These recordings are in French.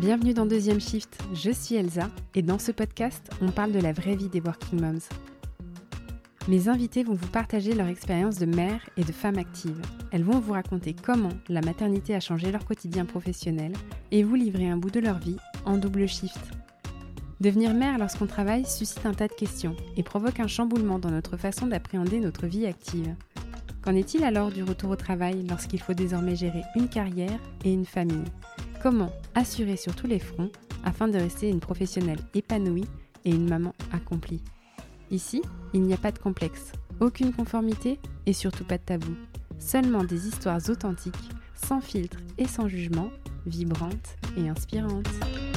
Bienvenue dans Deuxième Shift, je suis Elsa et dans ce podcast, on parle de la vraie vie des working moms. Mes invités vont vous partager leur expérience de mère et de femme active. Elles vont vous raconter comment la maternité a changé leur quotidien professionnel et vous livrer un bout de leur vie en double shift. Devenir mère lorsqu'on travaille suscite un tas de questions et provoque un chamboulement dans notre façon d'appréhender notre vie active. Qu'en est-il alors du retour au travail lorsqu'il faut désormais gérer une carrière et une famille ? Comment assurer sur tous les fronts afin de rester une professionnelle épanouie et une maman accomplie ? Ici, il n'y a pas de complexe, aucune conformité et surtout pas de tabou. Seulement des histoires authentiques, sans filtre et sans jugement, vibrantes et inspirantes.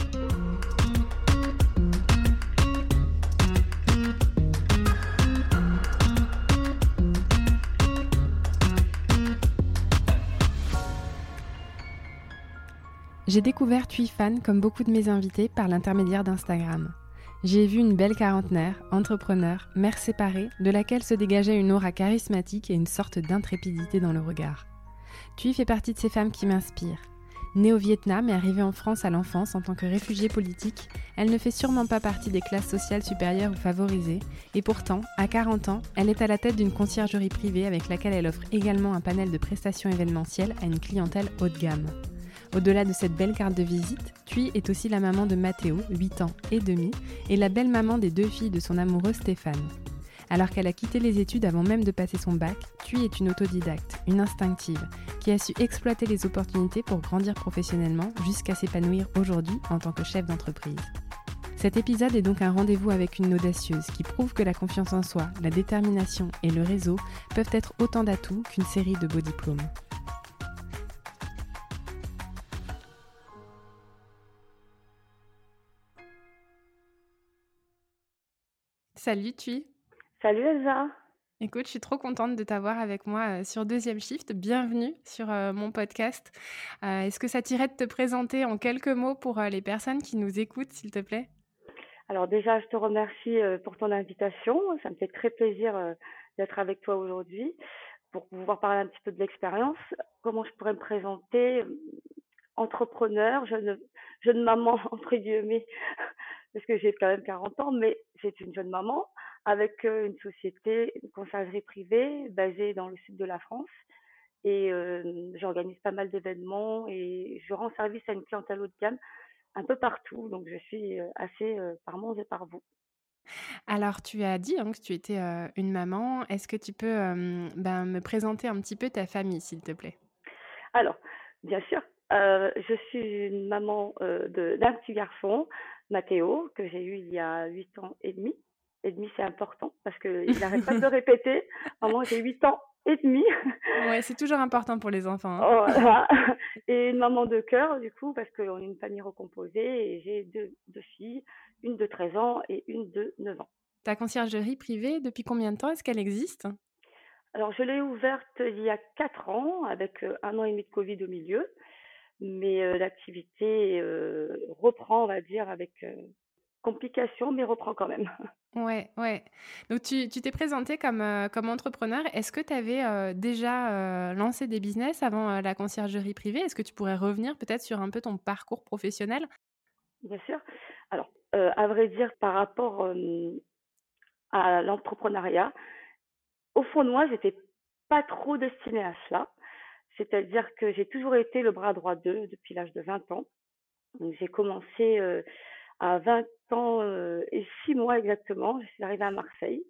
J'ai découvert Thuy Phan comme beaucoup de mes invités par l'intermédiaire d'Instagram. J'ai vu une belle quarantenaire, entrepreneur, mère séparée, de laquelle se dégageait une aura charismatique et une sorte d'intrépidité dans le regard. Thuy fait partie de ces femmes qui m'inspirent. Née au Vietnam et arrivée en France à l'enfance en tant que réfugiée politique, elle ne fait sûrement pas partie des classes sociales supérieures ou favorisées, et pourtant, à 40 ans, elle est à la tête d'une conciergerie privée avec laquelle elle offre également un panel de prestations événementielles à une clientèle haut de gamme. Au-delà de cette belle carte de visite, Thuy est aussi la maman de Mathéo, 8 ans et demi, et la belle-maman des 2 filles de son amoureux Stéphane. Alors qu'elle a quitté les études avant même de passer son bac, Thuy est une autodidacte, une instinctive, qui a su exploiter les opportunités pour grandir professionnellement jusqu'à s'épanouir aujourd'hui en tant que chef d'entreprise. Cet épisode est donc un rendez-vous avec une audacieuse qui prouve que la confiance en soi, la détermination et le réseau peuvent être autant d'atouts qu'une série de beaux diplômes. Salut Thuy. Salut Elsa. Écoute, je suis trop contente de t'avoir avec moi sur Deuxième Shift. Bienvenue sur mon podcast. Est-ce que ça t'irait de te présenter en quelques mots pour les personnes qui nous écoutent, s'il te plaît ? Alors déjà, je te remercie pour ton invitation. Ça me fait très plaisir d'être avec toi aujourd'hui pour pouvoir parler un petit peu de l'expérience. Comment je pourrais me présenter ? Entrepreneur, jeune maman, entre guillemets, parce que j'ai quand même 40 ans, mais c'est une jeune maman avec une société, une conciergerie privée basée dans le sud de la France. Et j'organise pas mal d'événements et je rends service à une clientèle haut de gamme un peu partout. Donc, je suis assez par Mons et par vous. Alors, tu as dit que tu étais une maman. Est-ce que tu peux me présenter un petit peu ta famille, s'il te plaît ? Alors, bien sûr, je suis une maman d'un petit garçon, Mathéo, que j'ai eu il y a 8 ans et demi. Et demi, c'est important parce qu'il n'arrête pas de le répéter. Maman, j'ai 8 ans et demi. Ouais, c'est toujours important pour les enfants. Voilà. Et une maman de cœur, du coup, parce qu'on est une famille recomposée et j'ai deux filles, une de 13 ans et une de 9 ans. Ta conciergerie privée, depuis combien de temps est-ce qu'elle existe ? Alors, je l'ai ouverte il y a 4 ans avec 1 an et demi de Covid au milieu. Mais l'activité reprend, on va dire, avec complications, mais reprend quand même. Ouais. Donc tu t'es présentée comme entrepreneur. Est-ce que tu avais déjà lancé des business avant la conciergerie privée ? Est-ce que tu pourrais revenir peut-être sur un peu ton parcours professionnel ? Bien sûr. Alors, à vrai dire, par rapport à l'entrepreneuriat, au fond de moi, j'étais pas trop destinée à cela. C'est-à-dire que j'ai toujours été le bras droit d'eux depuis l'âge de 20 ans. Donc, j'ai commencé à 20 ans et 6 mois exactement. Je suis arrivée à Marseille.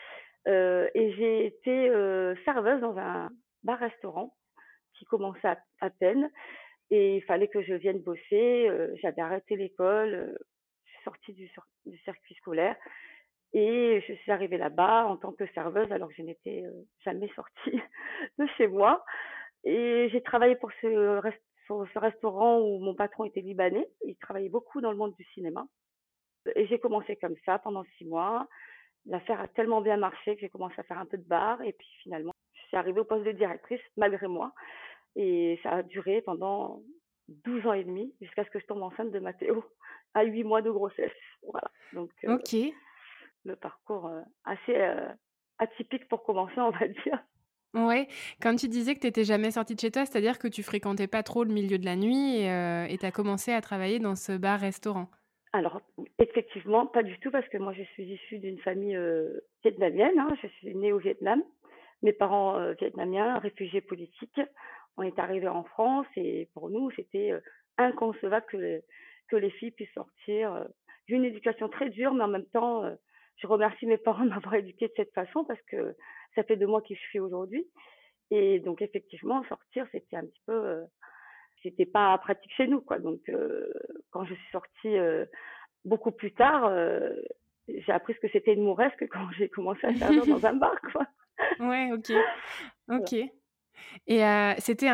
Et j'ai été serveuse dans un bar-restaurant qui commençait à peine et il fallait que je vienne bosser. J'avais arrêté l'école, je suis sortie du circuit scolaire et je suis arrivée là-bas en tant que serveuse alors que je n'étais jamais sortie de chez moi. Et j'ai travaillé pour sur ce restaurant où mon patron était libanais. Il travaillait beaucoup dans le monde du cinéma. Et j'ai commencé comme ça pendant 6 mois. L'affaire a tellement bien marché que j'ai commencé à faire un peu de bar et puis finalement, je suis arrivée au poste de directrice malgré moi et ça a duré pendant 12 ans et demi jusqu'à ce que je tombe enceinte de Mathéo à 8 mois de grossesse. Voilà. Donc, Ok. le parcours assez atypique pour commencer, on va dire. Ouais, quand tu disais que tu étais jamais sortie de chez toi, c'est-à-dire que tu fréquentais pas trop le milieu de la nuit et tu as commencé à travailler dans ce bar-restaurant? Alors, effectivement, pas du tout, parce que moi, je suis issue d'une famille vietnamienne, hein. Je suis née au Vietnam. Mes parents vietnamiens, réfugiés politiques, on est arrivés en France et pour nous, c'était inconcevable que les filles puissent sortir. J'ai eu une éducation très dure, mais en même temps, je remercie mes parents de m'avoir éduquée de cette façon parce que ça fait de moi qui je suis aujourd'hui. Et donc, effectivement, sortir, c'était un petit peu, c'était pas pratique chez nous, quoi. Donc, quand je suis sortie beaucoup plus tard, j'ai appris ce que c'était une mouresque quand j'ai commencé à servir dans un bar, quoi. Ouais, OK. Voilà. OK. Et c'était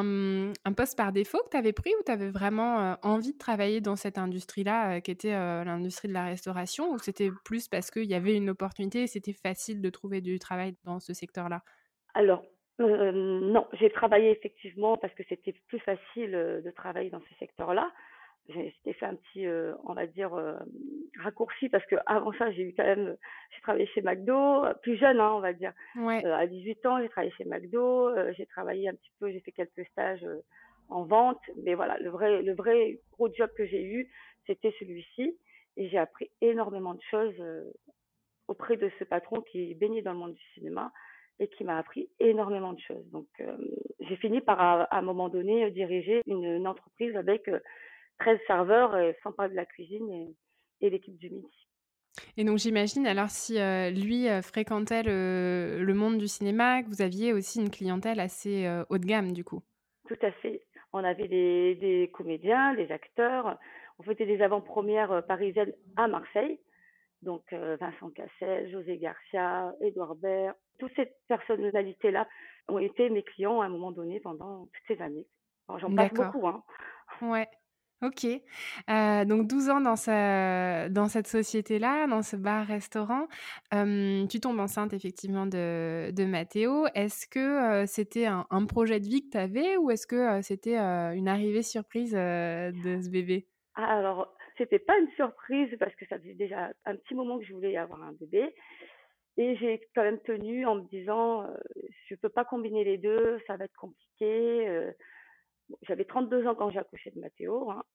un poste par défaut que tu avais pris ou tu avais vraiment, envie de travailler dans cette industrie-là, qui était, l'industrie de la restauration? Ou c'était plus parce qu'il y avait une opportunité et c'était facile de trouver du travail dans ce secteur-là? Alors, non, j'ai travaillé effectivement parce que c'était plus facile, de travailler dans ce secteur-là. J'ai fait un petit, on va dire, raccourci parce qu'avant ça, j'ai travaillé chez McDo, plus jeune, hein, on va dire. Ouais, À 18 ans, j'ai travaillé chez McDo, j'ai travaillé un petit peu, j'ai fait quelques stages, en vente, mais voilà, le vrai gros job que j'ai eu, c'était celui-ci et j'ai appris énormément de choses, auprès de ce patron qui baignait dans le monde du cinéma et qui m'a appris énormément de choses. Donc, j'ai fini par, à un moment donné, diriger une entreprise avec 13 serveurs, sans parler de la cuisine et l'équipe du midi. et donc j'imagine alors si, lui, fréquentait le monde du cinéma, que vous aviez aussi une clientèle assez, haut de gamme du coup? Tout à fait. On avait des comédiens, des acteurs. On faisait des avant-premières parisiennes à Marseille. Donc, Vincent Cassel, José Garcia, Édouard Baird, toutes ces personnalités-là ont été mes clients à un moment donné pendant toutes ces années. Alors, j'en passe D'accord. beaucoup, hein. Ouais, OK. Donc 12 ans dans cette société-là, dans ce bar-restaurant. Tu tombes enceinte effectivement de Mathéo. Est-ce que, c'était un projet de vie que tu avais ou est-ce que, c'était, une arrivée surprise, de ce bébé? Ah, alors, c'était pas une surprise parce que ça faisait déjà un petit moment que je voulais avoir un bébé et j'ai quand même tenu en me disant, «Je peux pas combiner les 2, ça va être compliqué», bon, j'avais 32 ans quand j'ai accouché de Mathéo, hein,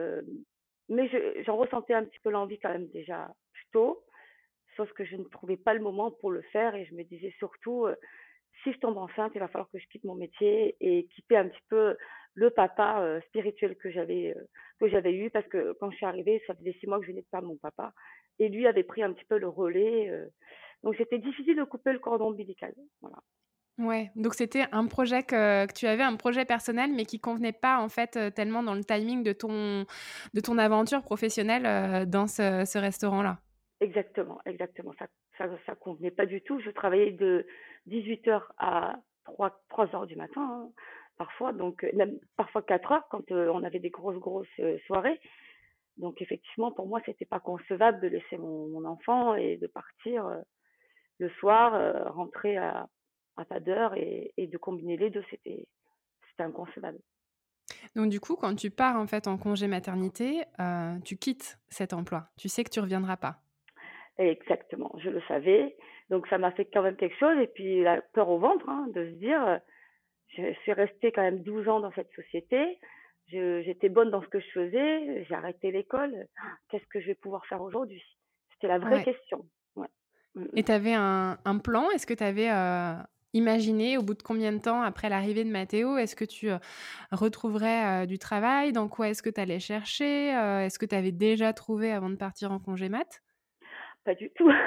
mais j'en ressentais un petit peu l'envie quand même déjà plus tôt, sauf que je ne trouvais pas le moment pour le faire et je me disais surtout, si je tombe enceinte, il va falloir que je quitte mon métier et quitter un petit peu le papa spirituel que j'avais eu parce que quand je suis arrivée, ça faisait 6 mois que je venais de perdre mon papa et lui avait pris un petit peu le relais. Donc c'était difficile de couper le cordon ombilical. Voilà. Ouais, donc c'était un projet que tu avais, un projet personnel, mais qui convenait pas en fait, tellement dans le timing de ton aventure professionnelle, dans ce restaurant-là? Exactement, exactement. Ça convenait pas du tout. Je travaillais de 18 heures à trois heures du matin, hein, parfois, donc même parfois 4 heures quand on avait des grosses soirées. Donc effectivement, pour moi, c'était pas concevable de laisser mon enfant et de partir le soir, rentrer à pas d'heure et de combiner les deux. C'était inconcevable. Donc du coup, quand tu pars, en fait, en congé maternité, tu quittes cet emploi. Tu sais que tu reviendras pas. Exactement, je le savais. Donc ça m'a fait quand même quelque chose. Et puis la peur au ventre, hein, de se dire, je suis restée quand même 12 ans dans cette société. J'étais bonne dans ce que je faisais. J'ai arrêté l'école. Qu'est-ce que je vais pouvoir faire aujourd'hui? C'était la vraie Ouais, question. Ouais. Mm, et mm. tu avais un plan? Est-ce que tu avais, imaginé au bout de combien de temps après l'arrivée de Mathéo, est-ce que tu, retrouverais, du travail? Dans quoi est-ce que tu allais chercher? Est-ce que tu avais déjà trouvé avant de partir en congé mat? Pas du tout.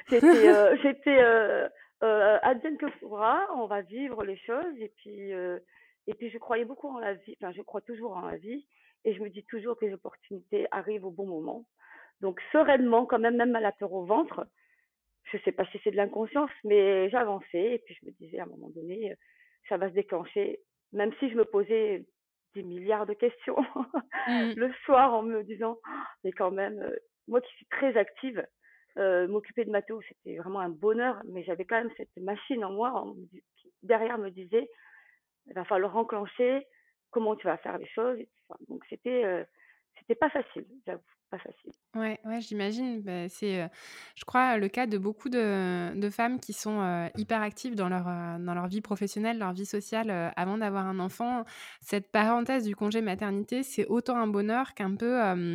J'étais advienne que pourra, on va vivre les choses et puis je croyais beaucoup en la vie, enfin je crois toujours en la vie et je me dis toujours que les opportunités arrivent au bon moment. Donc sereinement quand même, même à la peur au ventre, je sais pas si c'est de l'inconscience, mais j'avançais et puis je me disais à un moment donné, ça va se déclencher, même si je me posais des milliards de questions Mmh. le soir en me disant: «Ah, mais quand même, moi qui suis très active, m'occuper de Mathéo, c'était vraiment un bonheur, mais j'avais quand même cette machine en moi qui derrière me disait: «Il va falloir enclencher, comment tu vas faire les choses?» et tout ça. Donc c'était pas facile, j'avoue, pas facile. Ouais, ouais, j'imagine. C'est, je crois, le cas de beaucoup de femmes qui sont, hyper actives dans leur vie professionnelle, leur vie sociale, avant d'avoir un enfant. Cette parenthèse du congé maternité, c'est autant un bonheur qu'un peu,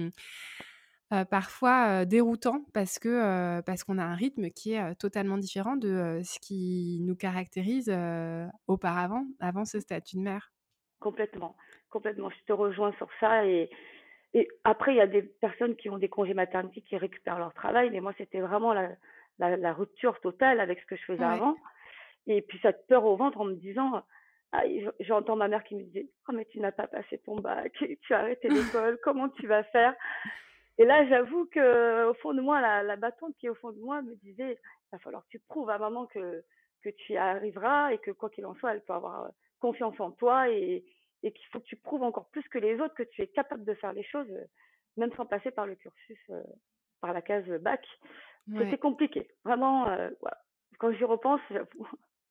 parfois, déroutant parce qu'on a un rythme qui est, totalement différent de, ce qui nous caractérise, auparavant, avant ce statut de mère. Complètement, complètement. Je te rejoins sur ça et après il y a des personnes qui ont des congés maternité qui récupèrent leur travail, mais moi c'était vraiment la rupture totale avec ce que je faisais Ouais. avant et puis cette peur au ventre en me disant ah, j'entends ma mère qui me disait oh mais tu n'as pas passé ton bac, tu as arrêté l'école, comment tu vas faire? Et là j'avoue que au fond de moi la battante qui est au fond de moi me disait il va falloir que tu prouves à maman que tu y arriveras et que quoi qu'il en soit elle peut avoir confiance en toi et qu'il faut que tu prouves encore plus que les autres que tu es capable de faire les choses, même sans passer par le cursus, par la case bac. C'était Ouais. compliqué, vraiment. Voilà. Quand j'y repense, j'avoue.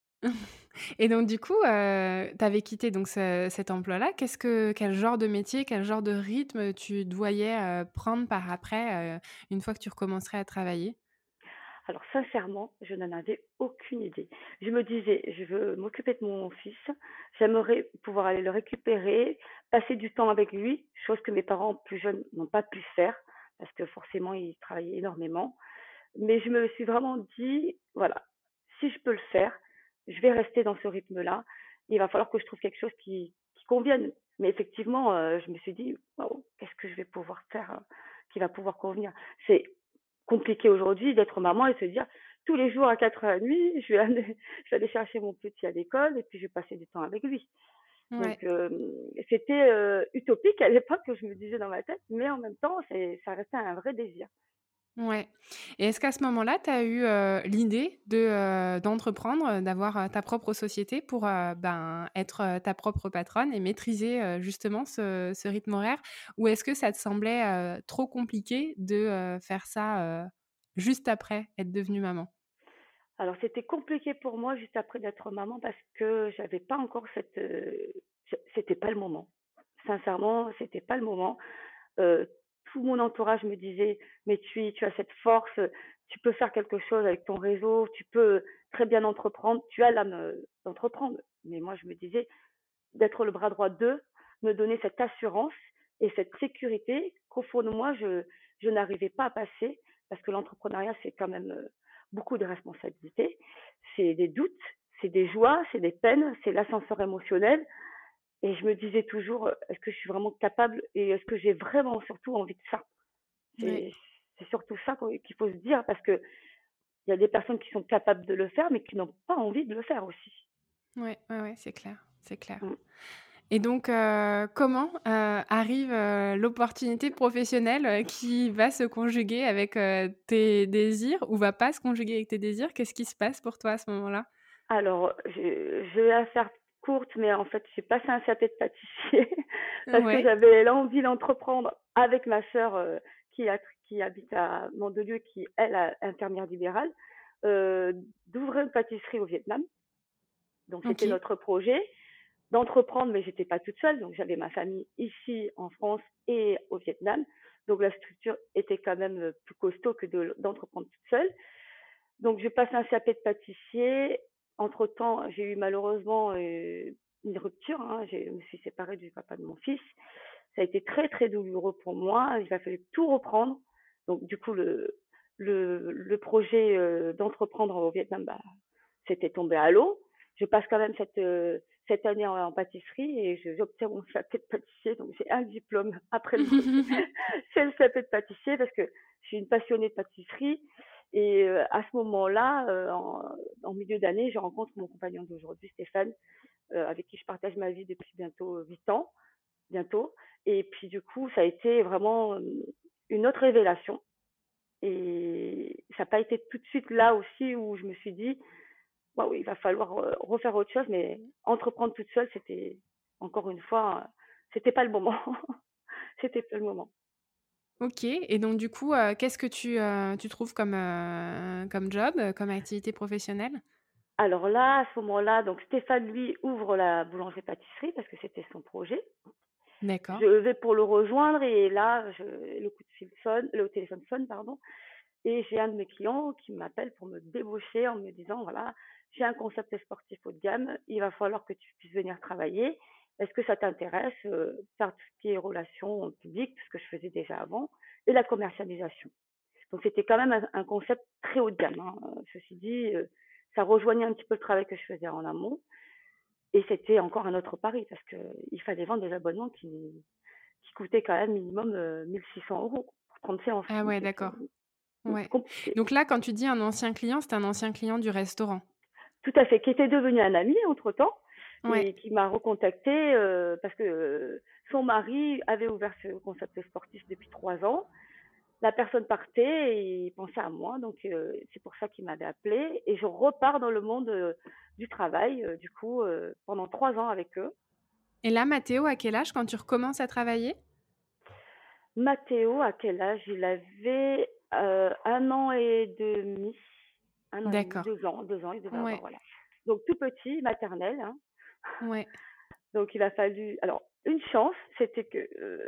Et donc du coup, tu avais quitté donc cet emploi-là. Quel genre de métier, quel genre de rythme tu te voyais, prendre par après, une fois que tu recommencerais à travailler? Alors sincèrement, je n'en avais aucune idée. Je me disais, je veux m'occuper de mon fils, j'aimerais pouvoir aller le récupérer, passer du temps avec lui, chose que mes parents plus jeunes n'ont pas pu faire parce que forcément ils travaillaient énormément. Mais je me suis vraiment dit, voilà, si je peux le faire, je vais rester dans ce rythme-là. Il va falloir que je trouve quelque chose qui convienne. Mais effectivement, je me suis dit, waouh, qu'est-ce que je vais pouvoir faire qui va pouvoir convenir. C'est compliqué aujourd'hui d'être maman et se dire, tous les jours à 4h30, je vais aller chercher mon petit à l'école et puis je vais passer du temps avec lui. Ouais. Donc, c'était utopique à l'époque que je me disais dans ma tête, mais en même temps, ça restait un vrai désir. Ouais, et est-ce qu'à ce moment-là, tu as eu, l'idée d'entreprendre, d'avoir, ta propre société pour, ben, être, ta propre patronne et maîtriser, justement ce rythme horaire? Ou est-ce que ça te semblait, trop compliqué de, faire ça, juste après être devenue maman? Alors c'était compliqué pour moi juste après d'être maman parce que j'avais pas encore c'était pas le moment. Sincèrement, c'était pas le moment. Heu, Tout mon entourage me disait: «Mais tu as cette force, tu peux faire quelque chose avec ton réseau, tu peux très bien entreprendre, tu as l'âme, d'entreprendre». Mais moi je me disais: d'être le bras droit d'eux, me donner cette assurance et cette sécurité qu'au fond de moi, je n'arrivais pas à passer parce que l'entrepreneuriat, c'est quand même beaucoup de responsabilités. C'est des doutes, c'est des joies, c'est des peines, c'est l'ascenseur émotionnel. Et je me disais toujours, est-ce que je suis vraiment capable et est-ce que j'ai vraiment surtout envie de ça? Ouais. C'est, c'est surtout ça qu'il faut se dire parce que il y a des personnes qui sont capables de le faire, mais qui n'ont pas envie de le faire aussi. Ouais, ouais, ouais, c'est clair, c'est clair. Mm. Et donc, comment, arrive, l'opportunité professionnelle, qui va se conjuguer avec, tes désirs ou va pas se conjuguer avec tes désirs? Qu'est-ce qui se passe pour toi à ce moment-là? Alors, je vais la faire courte, mais en fait, j'ai passé un CAP de pâtissier parce que Ouais, j'avais l'envie d'entreprendre avec ma sœur qui habite à Mandelieu, qui, elle, est infirmière libérale, euh, d'ouvrir une pâtisserie au Vietnam. Donc, c'était OK. notre projet d'entreprendre, mais j'étais pas toute seule. Donc, j'avais ma famille ici en France et au Vietnam. Donc, la structure était quand même plus costaud que d'entreprendre toute seule. Donc, j'ai passé un CAP de pâtissier. Entre-temps, j'ai eu malheureusement une rupture. Hein. Je me suis séparée du papa de mon fils. Ça a été très, très douloureux pour moi. Il a fallu tout reprendre. Donc, du coup, le projet d'entreprendre au Vietnam, bah, c'était tombé à l'eau. Je passe quand même cette année en pâtisserie et j'obtiens mon CAP de pâtissier. Donc, j'ai un diplôme après l'autre. C'est le CAP de pâtissier parce que je suis une passionnée de pâtisserie. Et à ce moment-là, en milieu d'année, je rencontre mon compagnon d'aujourd'hui, Stéphane, avec qui je partage ma vie depuis bientôt 8 ans, bientôt. Et puis du coup, ça a été vraiment une autre révélation. Et ça n'a pas été tout de suite là aussi où je me suis dit, waouh, il va falloir refaire autre chose, mais entreprendre toute seule, c'était encore une fois, c'était pas le moment. C'était pas le moment. OK, et donc du coup, qu'est-ce que tu trouves comme, comme job, comme activité professionnelle? Alors là, à ce moment-là, donc Stéphane, lui, ouvre la boulangerie-pâtisserie parce que c'était son projet. D'accord. Je vais pour le rejoindre et là, le coup de fil sonne, le téléphone sonne, pardon, et j'ai un de mes clients qui m'appelle pour me débaucher en me disant, voilà, j'ai un concept sportif haut de gamme, il va falloir que tu puisses venir travailler. Est-ce que ça t'intéresse, faire tout ce qui est relations publiques, tout ce que je faisais déjà avant, et la commercialisation. Donc c'était quand même un concept très haut de gamme, hein. Ceci dit, ça rejoignait un petit peu le travail que je faisais en amont. Et c'était encore un autre pari parce qu'il fallait vendre des abonnements qui coûtaient quand même minimum 1 600 € pour 30 séances. Ah Donc ouais, c'était d'accord. Ouais. compliqué. Donc là, quand tu dis un ancien client, c'est un ancien client du restaurant? Tout à fait, qui était devenu un ami entre-temps Ouais. et qui m'a recontacté parce que son mari avait ouvert ce concept sportif depuis 3 ans. La personne partait et il pensait à moi, donc c'est pour ça qu'il m'avait appelé. Et je repars dans le monde du travail, du coup, pendant 3 ans avec eux. Et là, Mathéo, à quel âge quand tu recommences à travailler? Mathéo, à quel âge? Il avait 1 an et demi, 1 an et demi, D'accord. 2 ans, 2 ans, il devait avoir, Ouais, voilà. Donc tout petit, maternelle, hein. ouais. Donc il a fallu. Alors, une chance, c'était que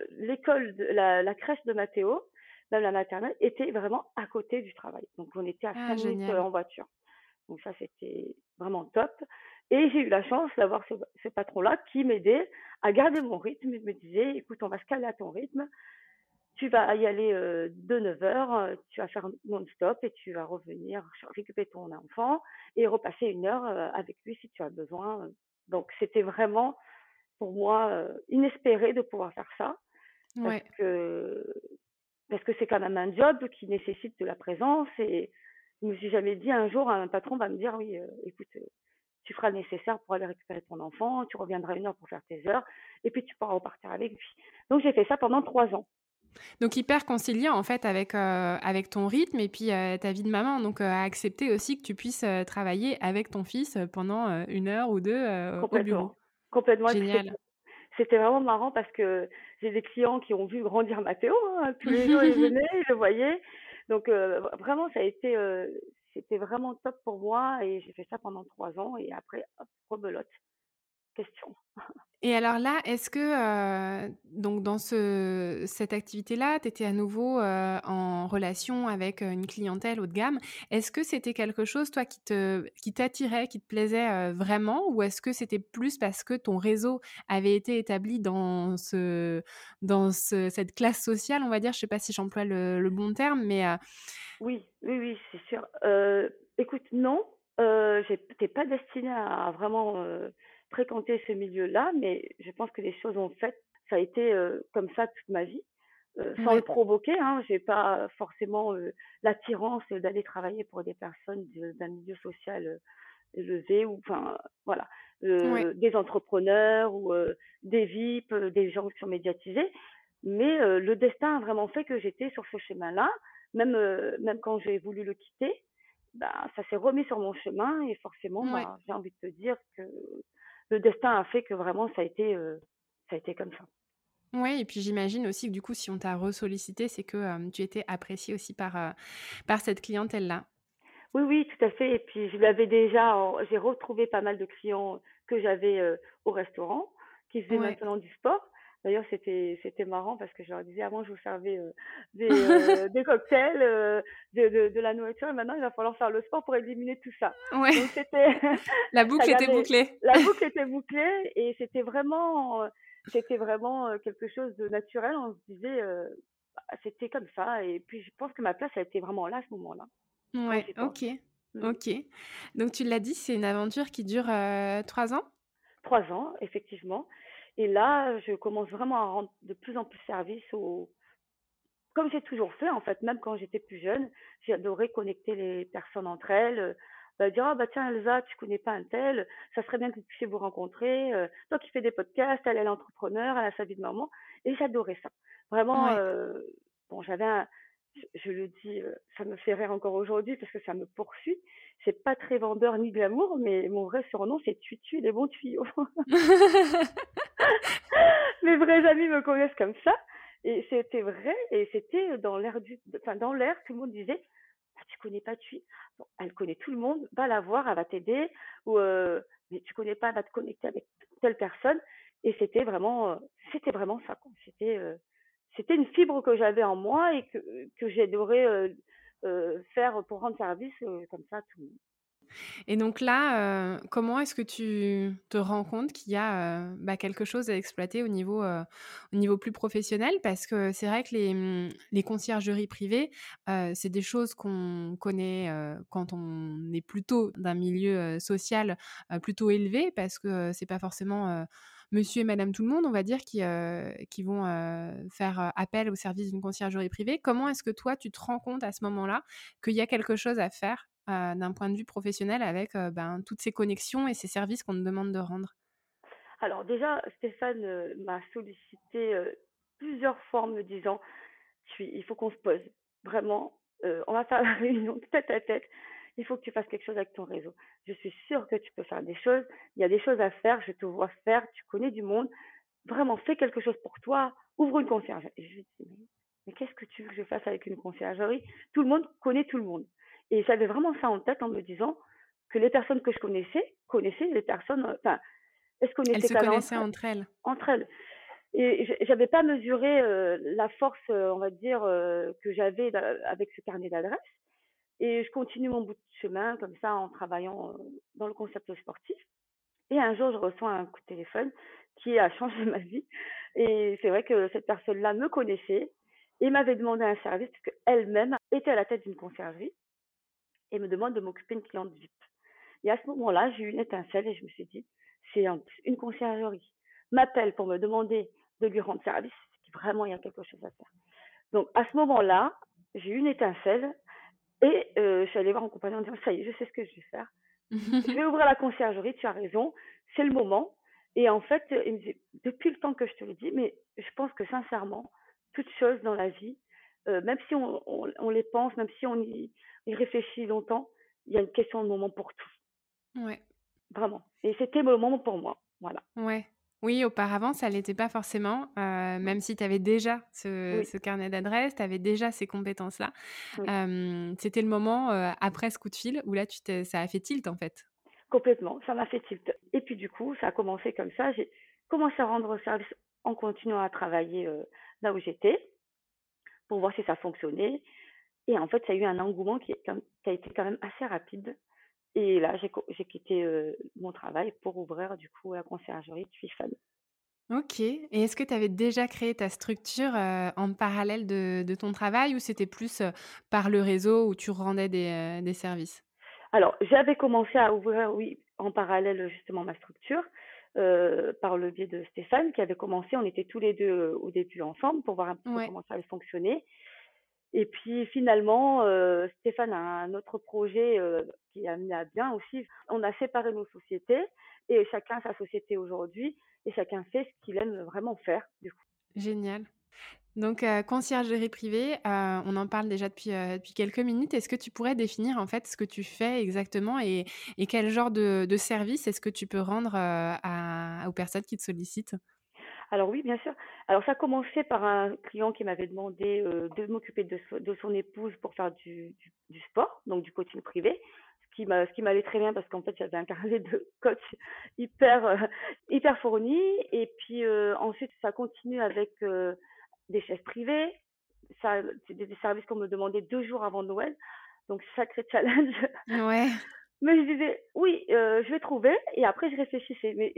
la crèche de Mathéo, même la maternelle, était vraiment à côté du travail. Donc on était à Ah 5 minutes génial. en voiture. Donc ça, c'était vraiment top. Et j'ai eu la chance d'avoir ce patron-là qui m'aidait à garder mon rythme. Il me disait, écoute, on va se caler à ton rythme. Tu vas y aller de 9 heures, tu vas faire non-stop et tu vas revenir récupérer ton enfant et repasser 1 heure avec lui si tu as besoin. Donc c'était vraiment pour moi inespéré de pouvoir faire ça parce Ouais. que parce que c'est quand même un job qui nécessite de la présence et je me suis jamais dit un jour un patron va me dire oui écoute tu feras le nécessaire pour aller récupérer ton enfant, tu reviendras 1 heure pour faire tes heures et puis tu pourras repartir avec lui. Donc j'ai fait ça pendant 3 ans. Donc hyper conciliant en fait avec ton rythme et puis, ta vie de maman, donc, à accepter aussi que tu puisses, travailler avec ton fils, pendant, 1 heure ou 2 au bureau. Complètement, complètement. Et puis Génial. c'était vraiment marrant parce que j'ai des clients qui ont vu grandir Mathéo, hein. Tous les jours, ils venaient, ils le voyaient. Donc vraiment, c'était vraiment top pour moi et j'ai fait ça pendant 3 ans et après, hop, rebelote, question. Et alors là, est-ce que, donc dans cette activité-là, tu étais à nouveau, en relation avec, une clientèle haut de gamme. Est-ce que c'était quelque chose, toi, qui t'attirait, qui te plaisait, vraiment? Ou est-ce que c'était plus parce que ton réseau avait été établi dans cette classe sociale, on va dire? Je sais pas si j'emploie le bon terme, mais, Oui, oui, oui, c'est sûr. Écoute, non, j'étais pas destinée à vraiment, fréquenter ce milieu-là, mais je pense que les choses ont fait. Ça a été, comme ça toute ma vie, sans le ouais, provoquer, hein. J'ai pas forcément, l'attirance d'aller travailler pour des personnes d'un milieu social, élevé ou enfin, voilà, ouais, des entrepreneurs ou, des VIP, des gens qui sont médiatisés. Mais, le destin a vraiment fait que j'étais sur ce chemin-là. Même quand j'ai voulu le quitter, bah, ça s'est remis sur mon chemin et forcément, ouais. bah, j'ai envie de te dire que le destin a fait que vraiment ça a été comme ça. Ouais et puis j'imagine aussi que du coup, si on t'a resollicité, c'est que, tu étais appréciée aussi par cette clientèle-là. Oui, oui, tout à fait. Et puis je l'avais déjà, j'ai retrouvé pas mal de clients que j'avais au restaurant, qui faisaient Ouais. maintenant du sport. D'ailleurs, c'était marrant parce que je leur disais avant, je vous servais des cocktails, de la nourriture, et maintenant il va falloir faire le sport pour éliminer tout ça. Ouais, Donc c'était, la ça boucle était gardait, bouclée. la boucle était bouclée et c'était vraiment quelque chose de naturel. On se disait, bah, c'était comme ça. Et puis je pense que ma place a été vraiment là à ce moment-là, quand Ouais, j'y pense. OK, Mm. OK. Donc tu l'as dit, c'est une aventure qui dure, 3 ans? 3 ans, effectivement. Et là, je commence vraiment à rendre de plus en plus service comme j'ai toujours fait, en fait, même quand j'étais plus jeune, j'ai adoré connecter les personnes entre elles, dire: «Ah bah tiens Elsa, tu connais pas un tel, ça serait bien que vous puissiez vous rencontrer, toi qui fais des podcasts, elle est entrepreneur, elle a sa vie de maman» et j'adorais ça. Vraiment, Ouais. bon j'avais un je le dis, ça me fait rire encore aujourd'hui parce que ça me poursuit. C'est pas très vendeur ni glamour, mais mon vrai surnom c'est Tutu les bons tuyaux. Mes vrais amis me connaissent comme ça. Et c'était vrai, et c'était dans l'air, tout le monde disait, ah, tu connais pas Tui? Bon, elle connaît tout le monde, va la voir, elle va t'aider, ou mais tu connais pas, elle va te connecter avec telle personne. Et c'était vraiment, c'était vraiment ça, quoi. C'était une fibre que j'avais en moi et que j'adorais, faire pour rendre service, comme ça à tout le monde. Et donc là, comment est-ce que tu te rends compte qu'il y a, quelque chose à exploiter au niveau plus professionnel? Parce que c'est vrai que les conciergeries privées, c'est des choses qu'on connaît, quand on est plutôt d'un milieu, social, plutôt élevé parce que, c'est pas forcément, monsieur et madame tout le monde, on va dire, qui vont, faire, appel au service d'une conciergerie privée. Comment est-ce que toi, tu te rends compte à ce moment-là qu'il y a quelque chose à faire, d'un point de vue professionnel avec, toutes ces connexions et ces services qu'on te demande de rendre? Alors déjà, Stéphane, m'a sollicité, plusieurs fois en me disant: «Il faut qu'on se pose. Vraiment, on va faire la réunion tête à tête. Il faut que tu fasses quelque chose avec ton réseau. Je suis sûre que tu peux faire des choses. Il y a des choses à faire, je te vois faire, tu connais du monde. Vraiment, fais quelque chose pour toi, ouvre une conciergerie.» Et je lui dis: «Mais qu'est-ce que tu veux que je fasse avec une conciergerie? Tout le monde connaît tout le monde.» Et j'avais vraiment ça en tête en me disant que les personnes que je connaissaient les personnes, enfin, elles se Elles connaissaient se quand même connaissaient entre elles? entre elles. Et j'avais pas mesuré, la force, on va dire, que j'avais avec ce carnet d'adresses. Et je continue mon bout de chemin comme ça en travaillant, dans le concept sportif. Et un jour, je reçois un coup de téléphone qui a changé ma vie. Et c'est vrai que cette personne-là me connaissait et m'avait demandé un service parce qu'elle-même était à la tête d'une conciergerie et me demande de m'occuper d'une cliente VIP. Et à ce moment-là, j'ai eu une étincelle et je me suis dit: «C'est une conciergerie m'appelle pour me demander de lui rendre service, c'est que vraiment il y a quelque chose à faire.» Donc à ce moment-là, j'ai eu une étincelle et je suis allée voir mon compagnon en disant: «Ça y est, je sais ce que je vais faire. Je vais ouvrir la conciergerie, tu as raison, c'est le moment.» Et en fait, il me dit: «Depuis le temps que je te le dis, mais je pense que sincèrement, toute chose dans la vie, même si on les pense, même si on y réfléchit longtemps, il y a une question de moment pour tout, Ouais, vraiment.» Et c'était le moment pour moi, voilà. ouais. Oui, auparavant, ça l'était pas forcément, Non. même si tu avais déjà Oui, ce carnet d'adresses, tu avais déjà ces compétences-là. oui, C'était le moment, après ce coup de fil où là, ça a fait tilt, en fait? complètement, ça m'a fait tilt. Et puis du coup, ça a commencé comme ça, j'ai commencé à rendre service en continuant à travailler, là où j'étais, pour voir si ça fonctionnait. Et en fait, ça a eu un engouement qui a été quand même assez rapide. Et là, j'ai quitté, mon travail pour ouvrir du coup la conciergerie Tuifan. OK, et est-ce que tu avais déjà créé ta structure, en parallèle de ton travail ou c'était plus, par le réseau où tu rendais des services? Alors, j'avais commencé à ouvrir, oui, en parallèle, justement, ma structure, par le biais de Stéphane qui avait commencé. On était tous les 2 au début ensemble pour voir un petit peu Ouais, comment ça allait fonctionner. Et puis finalement, Stéphane a un autre projet, qui a mené à bien aussi. On a séparé nos sociétés et chacun sa société aujourd'hui et chacun fait ce qu'il aime vraiment faire, du coup. génial. Donc, conciergerie privée, on en parle déjà depuis quelques minutes. Est-ce que tu pourrais définir, en fait, ce que tu fais exactement et quel genre de service est-ce que tu peux rendre, aux personnes qui te sollicitent? Alors oui, bien sûr. Alors ça a commencé par un client qui m'avait demandé, de m'occuper de son épouse pour faire du sport, donc du coaching privé, ce qui m'allait très bien parce qu'en fait, j'avais un carnet de coach hyper, hyper fourni. Et puis, ensuite ça continue avec, des chefs privés. Ça, c'est des services qu'on me demandait 2 jours avant Noël, donc sacré challenge. Ouais. Mais je disais: «Oui, je vais trouver.» Et après je réfléchissais. Mais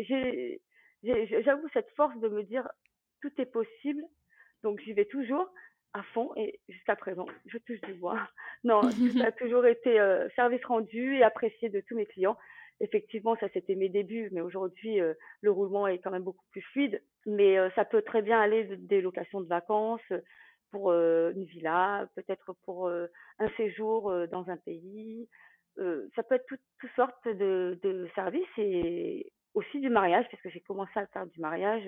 j'avoue cette force de me dire: «Tout est possible», donc j'y vais toujours à fond et jusqu'à présent, je touche du bois. Non, tout a toujours été, service rendu et apprécié de tous mes clients. Effectivement, ça c'était mes débuts, mais aujourd'hui, le roulement est quand même beaucoup plus fluide. Mais, ça peut très bien aller des locations de vacances, pour, une villa, peut-être pour, un séjour, dans un pays. Ça peut être toutes sortes de services et aussi du mariage, parce que j'ai commencé à faire du mariage,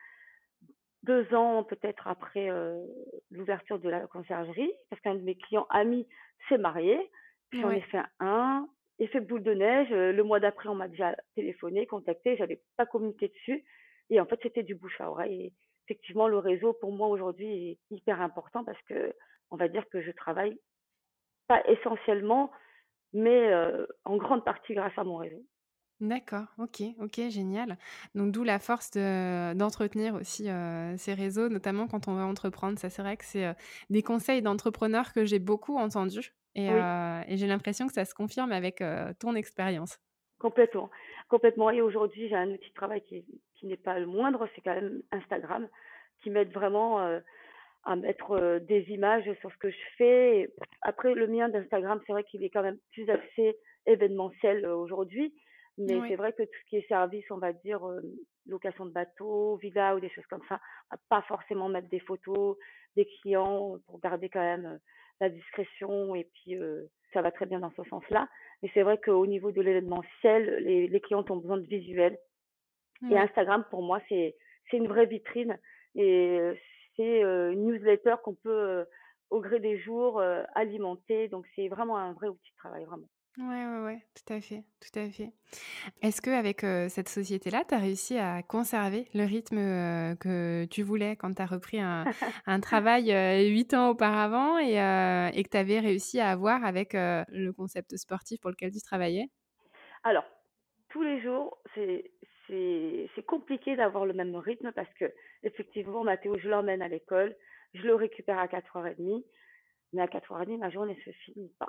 2 ans peut-être après, l'ouverture de la conciergerie, parce qu'un de mes clients amis s'est marié. Puis j'en ai Ouais. fait un, effet boule de neige, le mois d'après, on m'a déjà téléphoné, contacté, j'avais pas communiqué dessus et en fait, c'était du bouche à oreille. Et effectivement, le réseau pour moi aujourd'hui est hyper important parce qu'on va dire que je travaille pas essentiellement, mais en grande partie grâce à mon réseau. D'accord, OK, OK, génial. Donc d'où la force d'entretenir aussi, ces réseaux, notamment quand on veut entreprendre. Ça, c'est vrai que c'est, des conseils d'entrepreneurs que j'ai beaucoup entendus Oui. et j'ai l'impression que ça se confirme avec, ton expérience. Complètement, complètement et aujourd'hui, j'ai un outil de travail qui n'est pas le moindre, c'est quand même Instagram, qui m'aide vraiment, à mettre, des images sur ce que je fais. Après le mien d'Instagram, c'est vrai qu'il est quand même plus axé événementiel, aujourd'hui, mais c'est Oui, vrai que tout ce qui est service, on va dire, location de bateau, villa ou des choses comme ça, on va pas forcément mettre des photos des clients pour garder quand même, la discrétion et puis, ça va très bien dans ce sens-là. Mais c'est vrai qu'au niveau de l'événementiel, les clientes ont besoin de visuels et oui. Instagram pour moi c'est une vraie vitrine et c'est, une newsletter qu'on peut, au gré des jours, alimenter donc c'est vraiment un vrai outil de travail, vraiment. Ouais, ouais, ouais, tout à fait, tout à fait. Est-ce qu'avec, cette société-là, tu as réussi à conserver le rythme, que tu voulais quand tu as repris un travail, 8 ans auparavant et que tu avais réussi à avoir avec, le concept sportif pour lequel tu travaillais? Alors, tous les jours, c'est compliqué d'avoir le même rythme parce que effectivement Mathéo, je l'emmène à l'école, je le récupère à 4h30, mais à 4h30 ma journée se finit pas.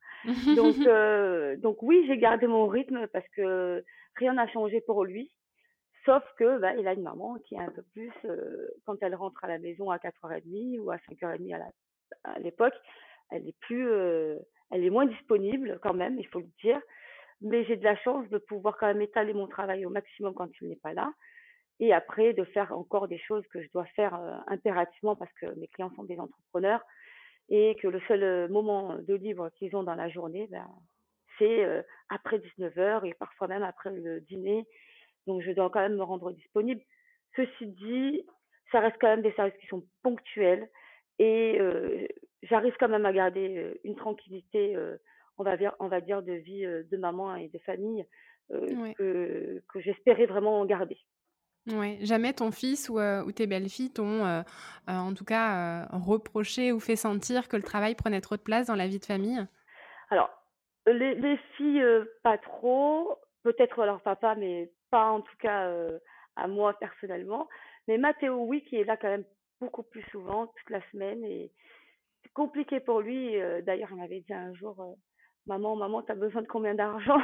Donc oui, j'ai gardé mon rythme parce que rien n'a changé pour lui. Sauf que, bah, il a une maman qui est un peu plus, quand elle rentre à la maison à 4h30 ou à 5h30 à l'époque, elle est plus, elle est moins disponible quand même, il faut le dire. Mais j'ai de la chance de pouvoir quand même étaler mon travail au maximum quand il n'est pas là. Et après, de faire encore des choses que je dois faire impérativement parce que mes clients sont des entrepreneurs et que le seul moment de libre qu'ils ont dans la journée, ben, c'est après 19h et parfois même après le dîner donc je dois quand même me rendre disponible. Ceci dit, ça reste quand même des services qui sont ponctuels et j'arrive quand même à garder, une tranquillité, on va dire de vie, de maman et de famille, Ouais, que j'espérais vraiment garder. ouais. Jamais ton fils ou tes belles-filles t'ont, en tout cas, reproché ou fait sentir que le travail prenait trop de place dans la vie de famille? Alors, les filles, pas trop, peut-être leur papa, mais pas en tout cas, à moi personnellement. Mais Mathéo, oui, qui est là quand même beaucoup plus souvent, toute la semaine et c'est compliqué pour lui. D'ailleurs, il m'avait dit un jour, maman, maman, t'as besoin de combien d'argent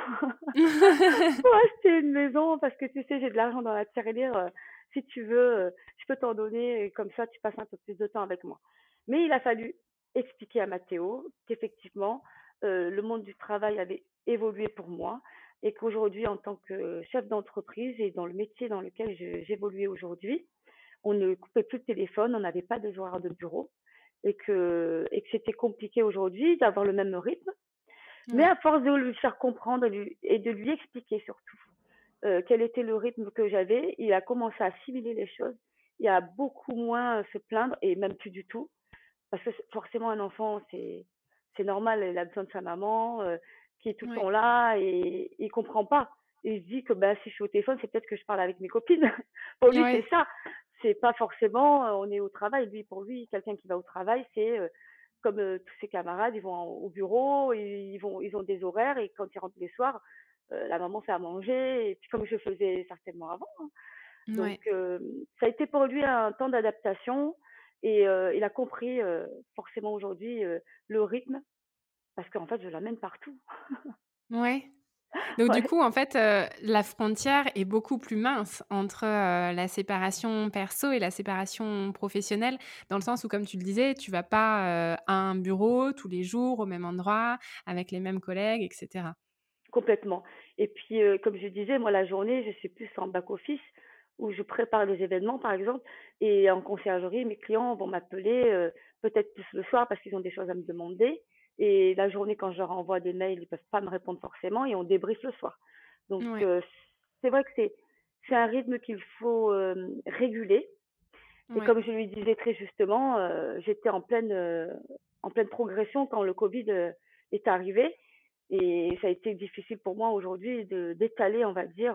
pour acheter une maison? Parce que tu sais, j'ai de l'argent dans la tirelire. Si tu veux, je peux t'en donner. Et comme ça, tu passes un peu plus de temps avec moi. Mais il a fallu expliquer à Mathéo qu'effectivement, le monde du travail avait évolué pour moi et qu'aujourd'hui, en tant que chef d'entreprise et dans le métier dans lequel j'évoluais aujourd'hui, on ne coupait plus de téléphone, on n'avait pas de horaires de bureau et que c'était compliqué aujourd'hui d'avoir le même rythme. Mais Ouais, à force de lui faire comprendre et de lui expliquer surtout quel était le rythme que j'avais, il a commencé à assimiler les choses. Il a beaucoup moins se plaindre et même plus du tout. Parce que forcément, un enfant, c'est normal, il a besoin de sa maman qui est tout le ouais, temps là et il comprend pas. Il se dit que bah, si je suis au téléphone, c'est peut-être que je parle avec mes copines. Pour lui, c'est ouais, ça. C'est pas forcément on est au travail. Lui, pour lui, quelqu'un qui va au travail, c'est comme tous ses camarades, ils vont au bureau, ils ont des horaires et quand ils rentrent les soirs, la maman fait à manger, et puis comme je faisais certainement avant. Hein. Donc, ouais. ça a été pour lui un temps d'adaptation et il a compris forcément aujourd'hui le rythme parce qu'en fait, je l'amène partout. Ouais. Donc du Ouais, coup, en fait, la frontière est beaucoup plus mince entre, la séparation perso et la séparation professionnelle, dans le sens où, comme tu le disais, tu vas pas, à un bureau tous les jours au même endroit, avec les mêmes collègues et cetera. complètement. Et puis, comme je disais, moi, la journée, je suis plus en back-office où je prépare les événements, par exemple, et en conciergerie, mes clients vont m'appeler peut-être plus le soir parce qu'ils ont des choses à me demander. Et la journée, quand je leur envoie des mails, ils peuvent pas me répondre forcément et on débriefe le soir. Donc, Ouais, c'est vrai que c'est un rythme qu'il faut réguler. Et ouais, comme je lui disais très justement, j'étais en pleine progression quand le Covid est arrivé. Et ça a été difficile pour moi aujourd'hui d'étaler, on va dire,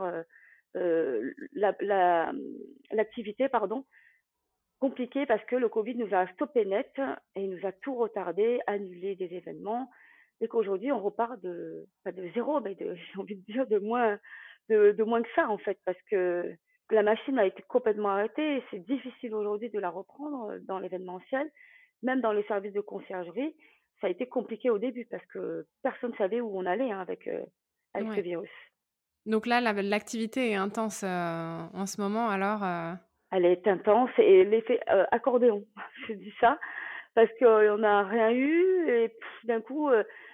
l'activité, pardon, compliqué parce que le Covid nous a stoppé net et il nous a tout retardé, annulé des événements et qu'aujourd'hui on repart de, pas de zéro, mais de, j'ai envie de dire de de moins que ça, en fait, parce que la machine a été complètement arrêtée et c'est difficile aujourd'hui de la reprendre dans l'événementiel. Même dans les services de conciergerie, ça a été compliqué au début parce que personne ne savait où on allait, hein, avec ce Ouais. virus. Donc là, l'activité est intense, en ce moment alors, Elle est intense et l'effet accordéon, je dis ça, parce qu'on n'a rien eu et d'un coup,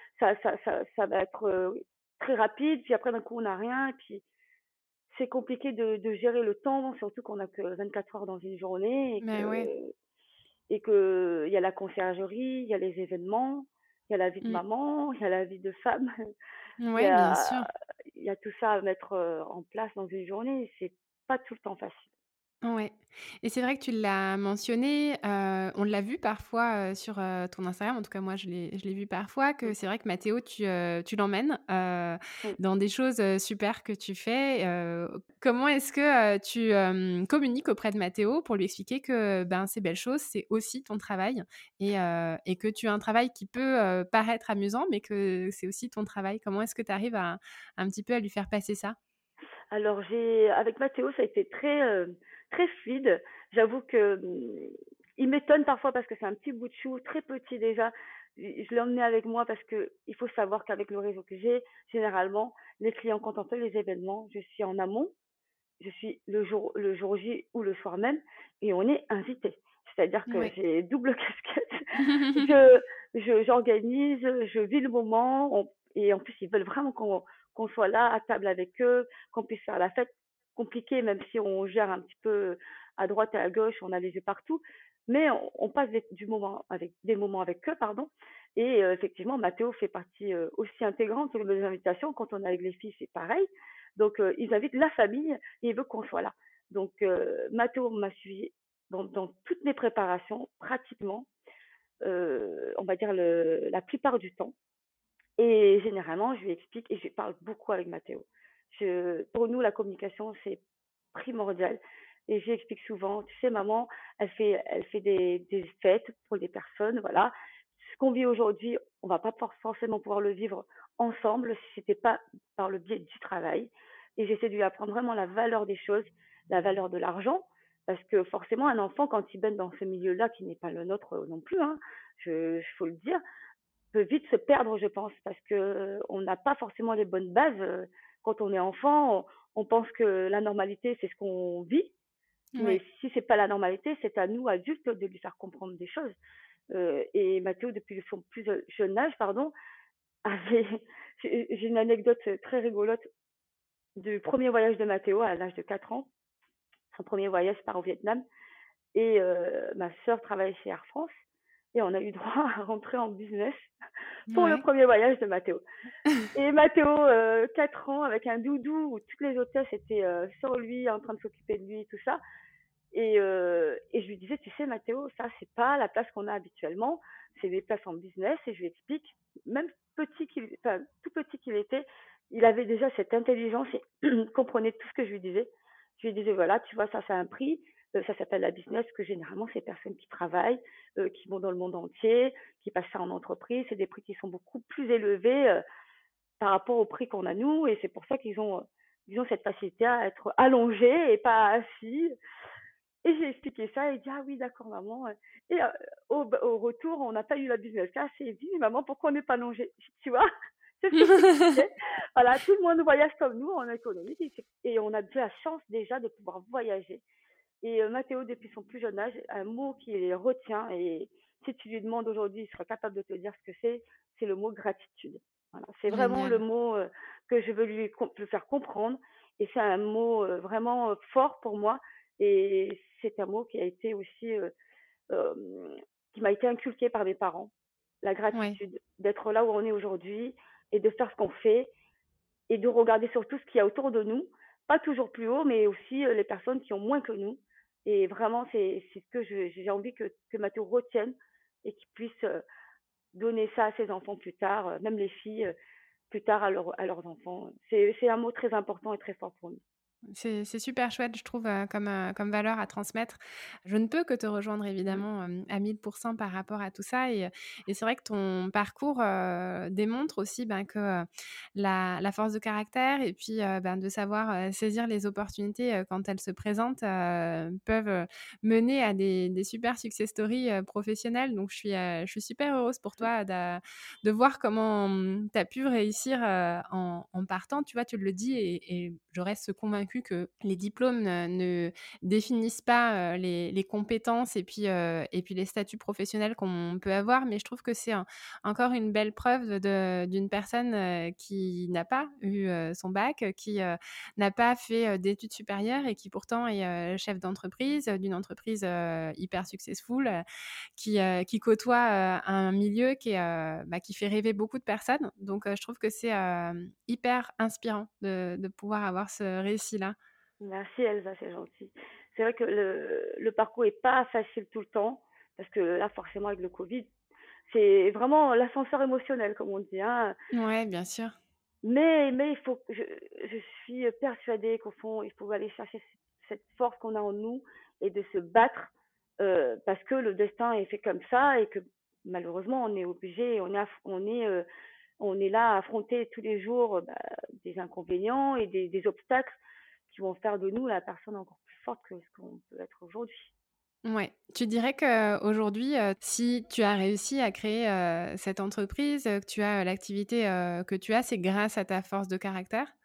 ça va être très rapide, puis après d'un coup on n'a rien, et puis c'est compliqué de gérer le temps, surtout qu'on n'a que 24 heures dans une journée mais ouais. et que il y a la conciergerie, il y a les événements, il y a la vie de Mmh. maman, il y a la vie de femme, il y Ouais, bien a, sûr. il y a tout ça à mettre en place dans une journée. C'est pas tout le temps facile. Ouais, et c'est vrai que tu l'as mentionné, on l'a vu parfois, sur, ton Instagram, en tout cas moi je l'ai vu parfois, que Mm, c'est vrai que Mathéo tu l'emmènes, mm. dans des choses, super que tu fais. Comment est-ce que, tu, communiques auprès de Mathéo pour lui expliquer que, ben, ces belles choses, c'est aussi ton travail et que tu as un travail qui peut, paraître amusant, mais que c'est aussi ton travail? Comment est-ce que tu arrives à un petit peu à lui faire passer ça? Alors avec Mathéo, ça a été très fluide. J'avoue que il m'étonne parfois parce que c'est un petit bout de chou, très petit déjà. Je l'ai emmené avec moi parce que il faut savoir qu'avec le réseau que j'ai, généralement, les clients quand on fait les événements, je suis en amont, je suis le jour J ou le soir même, et on est invité. C'est-à-dire que Ouais. j'ai double casquette. Je, j'organise, je vis le moment, et en plus ils veulent vraiment qu'on soit là à table avec eux, qu'on puisse faire la fête. Compliqué, même si on gère un petit peu à droite et à gauche, on a les yeux partout, mais on passe des moments avec eux, pardon. Et effectivement, Mathéo fait partie aussi intégrante de mes invitations. Quand on est avec les filles, c'est pareil. Donc, ils invitent la famille et ils veulent qu'on soit là. Donc, Mathéo m'a suivi dans toutes mes préparations, pratiquement, on va dire la plupart du temps. Et généralement, je lui explique et je parle beaucoup avec Mathéo. Pour nous, la communication, c'est primordial. Et je lui explique souvent, tu sais, maman, elle fait des fêtes pour des personnes, voilà. Ce qu'on vit aujourd'hui, on va pas forcément pouvoir le vivre ensemble si c'était pas par le biais du travail. Et j'essaie de lui apprendre vraiment la valeur des choses, la valeur de l'argent, parce que forcément, un enfant, quand il baigne dans ce milieu-là, qui n'est pas le nôtre non plus, hein, faut le dire, peut vite se perdre, je pense, parce que on n'a pas forcément les bonnes bases. Quand on est enfant, on pense que la normalité, c'est ce qu'on vit, mais Ouais. si c'est pas la normalité, c'est à nous, adultes, de lui faire comprendre des choses. Et Mathéo, depuis son plus jeune âge, pardon, avait... J'ai une anecdote très rigolote du premier voyage de Mathéo à l'âge de 4 ans. Son premier voyage part au Vietnam. Et ma sœur travaille chez Air France. Et on a eu droit à rentrer en business pour le Ouais. premier voyage de Mathéo. Et Mathéo, 4 ans, avec un doudou où toutes les hôtesses étaient sur lui, en train de s'occuper de lui, tout ça. Et je lui disais, tu sais, Mathéo, ça, c'est pas la place qu'on a habituellement. C'est des places en business. Et je lui explique, même tout petit qu'il était, il avait déjà cette intelligence et comprenait tout ce que je lui disais. Je lui disais, voilà, tu vois, ça a un prix. Ça s'appelle la business, que généralement, c'est des personnes qui travaillent, qui vont dans le monde entier, qui passent ça en entreprise. C'est des prix qui sont beaucoup plus élevés par rapport au prix qu'on a nous. Et c'est pour ça ils ont cette facilité à être allongés et pas assis. Et j'ai expliqué ça et il dit ah oui d'accord maman. Et au retour on n'a pas eu la business class et il dit maman pourquoi on n'est pas longé, tu vois. C'est ce que je t'expliquais. Voilà, tout le monde voyage comme nous en économie et on a de la chance déjà de pouvoir voyager. Et Mathéo, depuis son plus jeune âge, un mot qu'il retient, et si tu lui demandes aujourd'hui, il sera capable de te dire ce que c'est le mot gratitude. Voilà. C'est vraiment le Génial. mot que je veux lui faire comprendre. Et c'est un mot vraiment fort pour moi. Et c'est un mot qui a été aussi, euh, qui m'a été inculqué par mes parents. La Ouais. gratitude, d'être là où on est aujourd'hui et de faire ce qu'on fait et de regarder surtout ce qu'il y a autour de nous, pas toujours plus haut, mais aussi les personnes qui ont moins que nous. Et vraiment, c'est ce que j'ai envie que Mathéo retienne et qu'il puisse donner ça à ses enfants plus tard, même les filles plus tard à leurs enfants. C'est un mot très important et très fort pour nous. C'est super chouette, je trouve, comme valeur à transmettre. Je ne peux que te rejoindre Mmh. évidemment, à 1000 par rapport à tout ça et c'est vrai que ton parcours, démontre aussi, ben, que, la force de caractère et puis, ben, de savoir, saisir les opportunités, quand elles se présentent, peuvent, mener à des super success stories, professionnelles. Donc je suis super heureuse pour toi de voir comment, tu as pu réussir, en partant, tu vois? Tu le dis et je reste convaincue que les diplômes ne définissent pas, les compétences et puis les statuts professionnels qu'on peut avoir. Mais je trouve que c'est encore une belle preuve d'une personne, qui n'a pas eu, son bac, qui, n'a pas fait, d'études supérieures et qui pourtant est, chef d'entreprise, d'une entreprise, hyper successful, qui côtoie, un milieu qui fait rêver beaucoup de personnes. Donc je trouve que c'est, hyper inspirant de pouvoir avoir ce récit-là. Merci Elsa, c'est gentil. C'est vrai que le parcours est pas facile tout le temps, parce que là, forcément, avec le Covid, c'est vraiment l'ascenseur émotionnel, comme on dit, hein. Ouais, bien sûr. Mais il faut, je suis persuadée qu'au fond, il faut aller chercher cette force qu'on a en nous et de se battre, parce que le destin est fait comme ça et que malheureusement, on est obligé, on est là à affronter tous les jours, bah, des inconvénients et des obstacles qui vont faire de nous la personne encore plus forte que ce qu'on peut être aujourd'hui. Ouais. Tu dirais qu'aujourd'hui, si tu as réussi à créer, cette entreprise, que tu as, l'activité, que tu as, c'est grâce à ta force de caractère?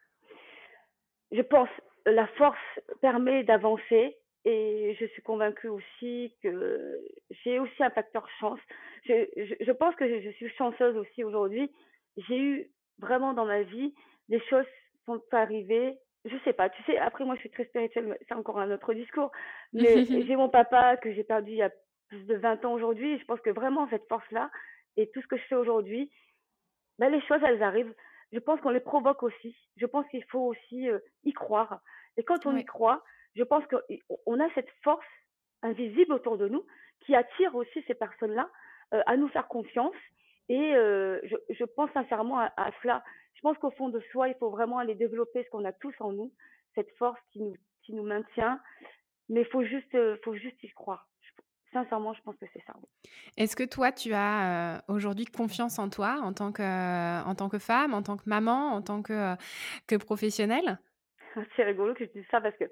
Je pense, la force permet d'avancer et je suis convaincue aussi que j'ai aussi un facteur chance. Je pense que je suis chanceuse aussi aujourd'hui. J'ai eu vraiment dans ma vie des choses sont arrivées. Je sais pas, tu sais, après moi je suis très spirituelle, mais c'est encore un autre discours. Mais j'ai mon papa que j'ai perdu il y a plus de 20 ans aujourd'hui. Et je pense que vraiment cette force-là et tout ce que je fais aujourd'hui, ben, les choses, elles arrivent. Je pense qu'on les provoque aussi. Je pense qu'il faut aussi y croire. Et quand on y Ouais. croit, je pense qu'on a cette force invisible autour de nous qui attire aussi ces personnes-là à nous faire confiance. Et je pense sincèrement à cela. Je pense qu'au fond de soi, il faut vraiment aller développer ce qu'on a tous en nous, cette force qui nous maintient. Mais faut juste y croire. Sincèrement, je pense que c'est ça. Est-ce que toi, tu as, aujourd'hui confiance en toi en tant que femme, en tant que maman, en tant que professionnelle? C'est rigolo que je dise ça parce que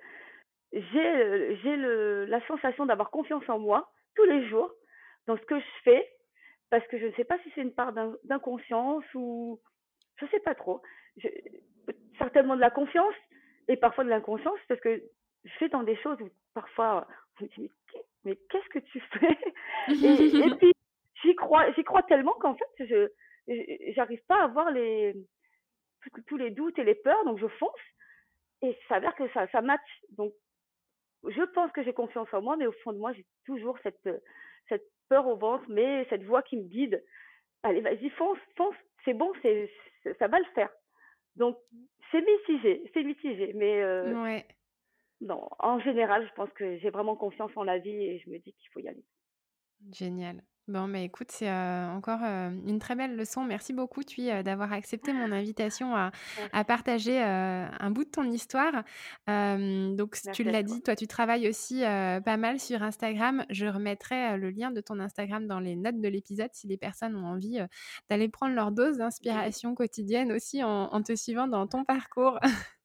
la sensation d'avoir confiance en moi tous les jours dans ce que je fais, parce que je ne sais pas si c'est une part d'inconscience ou je sais pas trop. Je, certainement de la confiance et parfois de l'inconscience parce que je fais dans des choses où parfois je me dis mais qu'est-ce que tu fais et puis j'y crois tellement qu'en fait j'arrive pas à voir tous les doutes et les peurs donc je fonce et ça s'avère que ça match donc je pense que j'ai confiance en moi, mais au fond de moi, j'ai toujours cette peur au ventre, mais cette voix qui me guide. Allez, vas-y, fonce, fonce, c'est bon, ça va le faire. Donc, c'est mitigé, mais Ouais. non, en général, je pense que j'ai vraiment confiance en la vie et je me dis qu'il faut y aller. Génial. Bon, mais écoute, c'est, encore, une très belle leçon. Merci beaucoup, d'avoir accepté mon invitation à Merci, partager, un bout de ton histoire. Donc tu merci à l'as toi. dit, toi, tu travailles aussi, pas mal sur Instagram. Je remettrai, le lien de ton Instagram dans les notes de l'épisode si les personnes ont envie, d'aller prendre leur dose Oui. d'inspiration quotidienne aussi en te suivant dans ton parcours.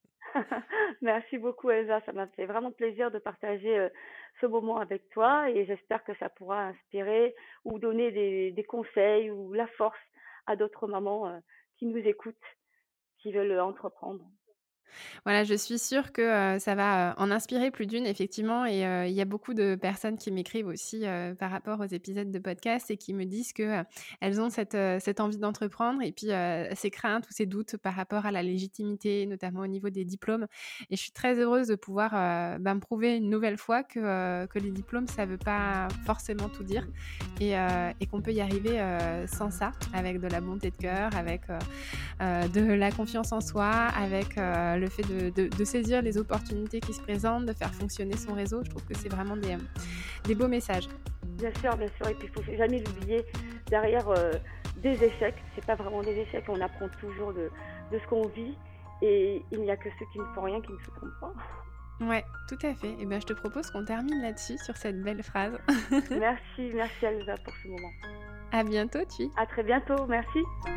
Merci beaucoup, Elsa. Ça m'a fait vraiment plaisir de partager ce moment avec toi et j'espère que ça pourra inspirer ou donner des conseils ou la force à d'autres mamans qui nous écoutent, qui veulent entreprendre. Voilà, je suis sûre que, ça va, en inspirer plus d'une effectivement et il y a beaucoup de personnes qui m'écrivent aussi, par rapport aux épisodes de podcast et qui me disent que, elles ont cette envie d'entreprendre et puis, ces craintes ou ces doutes par rapport à la légitimité, notamment au niveau des diplômes et je suis très heureuse de pouvoir, me prouver une nouvelle fois que les diplômes, ça veut pas forcément tout dire et qu'on peut y arriver, sans ça, avec de la bonté de cœur, avec, de la confiance en soi, avec le fait de saisir les opportunités qui se présentent, de faire fonctionner son réseau. Je trouve que c'est vraiment des beaux messages. Bien sûr, et puis il faut jamais l'oublier, derrière des échecs, c'est pas vraiment des échecs, on apprend toujours de ce qu'on vit Et il n'y a que ceux qui ne font rien qui ne se trompent pas. Ouais, tout à fait. Et je te propose qu'on termine là-dessus, sur cette belle phrase. Merci Elsa pour ce moment. À bientôt, Tui. À très bientôt, merci.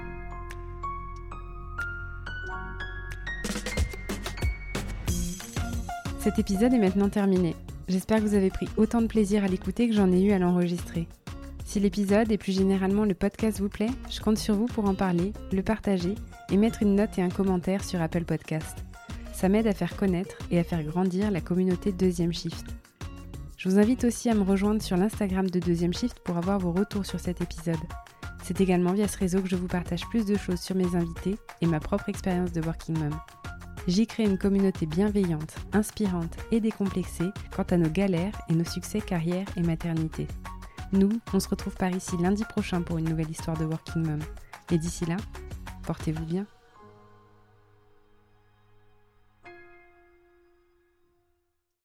Cet épisode est maintenant terminé. J'espère que vous avez pris autant de plaisir à l'écouter que j'en ai eu à l'enregistrer. Si l'épisode et plus généralement le podcast vous plaît, je compte sur vous pour en parler, le partager et mettre une note et un commentaire sur Apple Podcast. Ça m'aide à faire connaître et à faire grandir la communauté Deuxième Shift. Je vous invite aussi à me rejoindre sur l'Instagram de Deuxième Shift pour avoir vos retours sur cet épisode. C'est également via ce réseau que je vous partage plus de choses sur mes invités et ma propre expérience de Working Mom. J'y crée une communauté bienveillante, inspirante et décomplexée quant à nos galères et nos succès carrière et maternité. Nous, on se retrouve par ici lundi prochain pour une nouvelle histoire de Working Mom. Et d'ici là, portez-vous bien.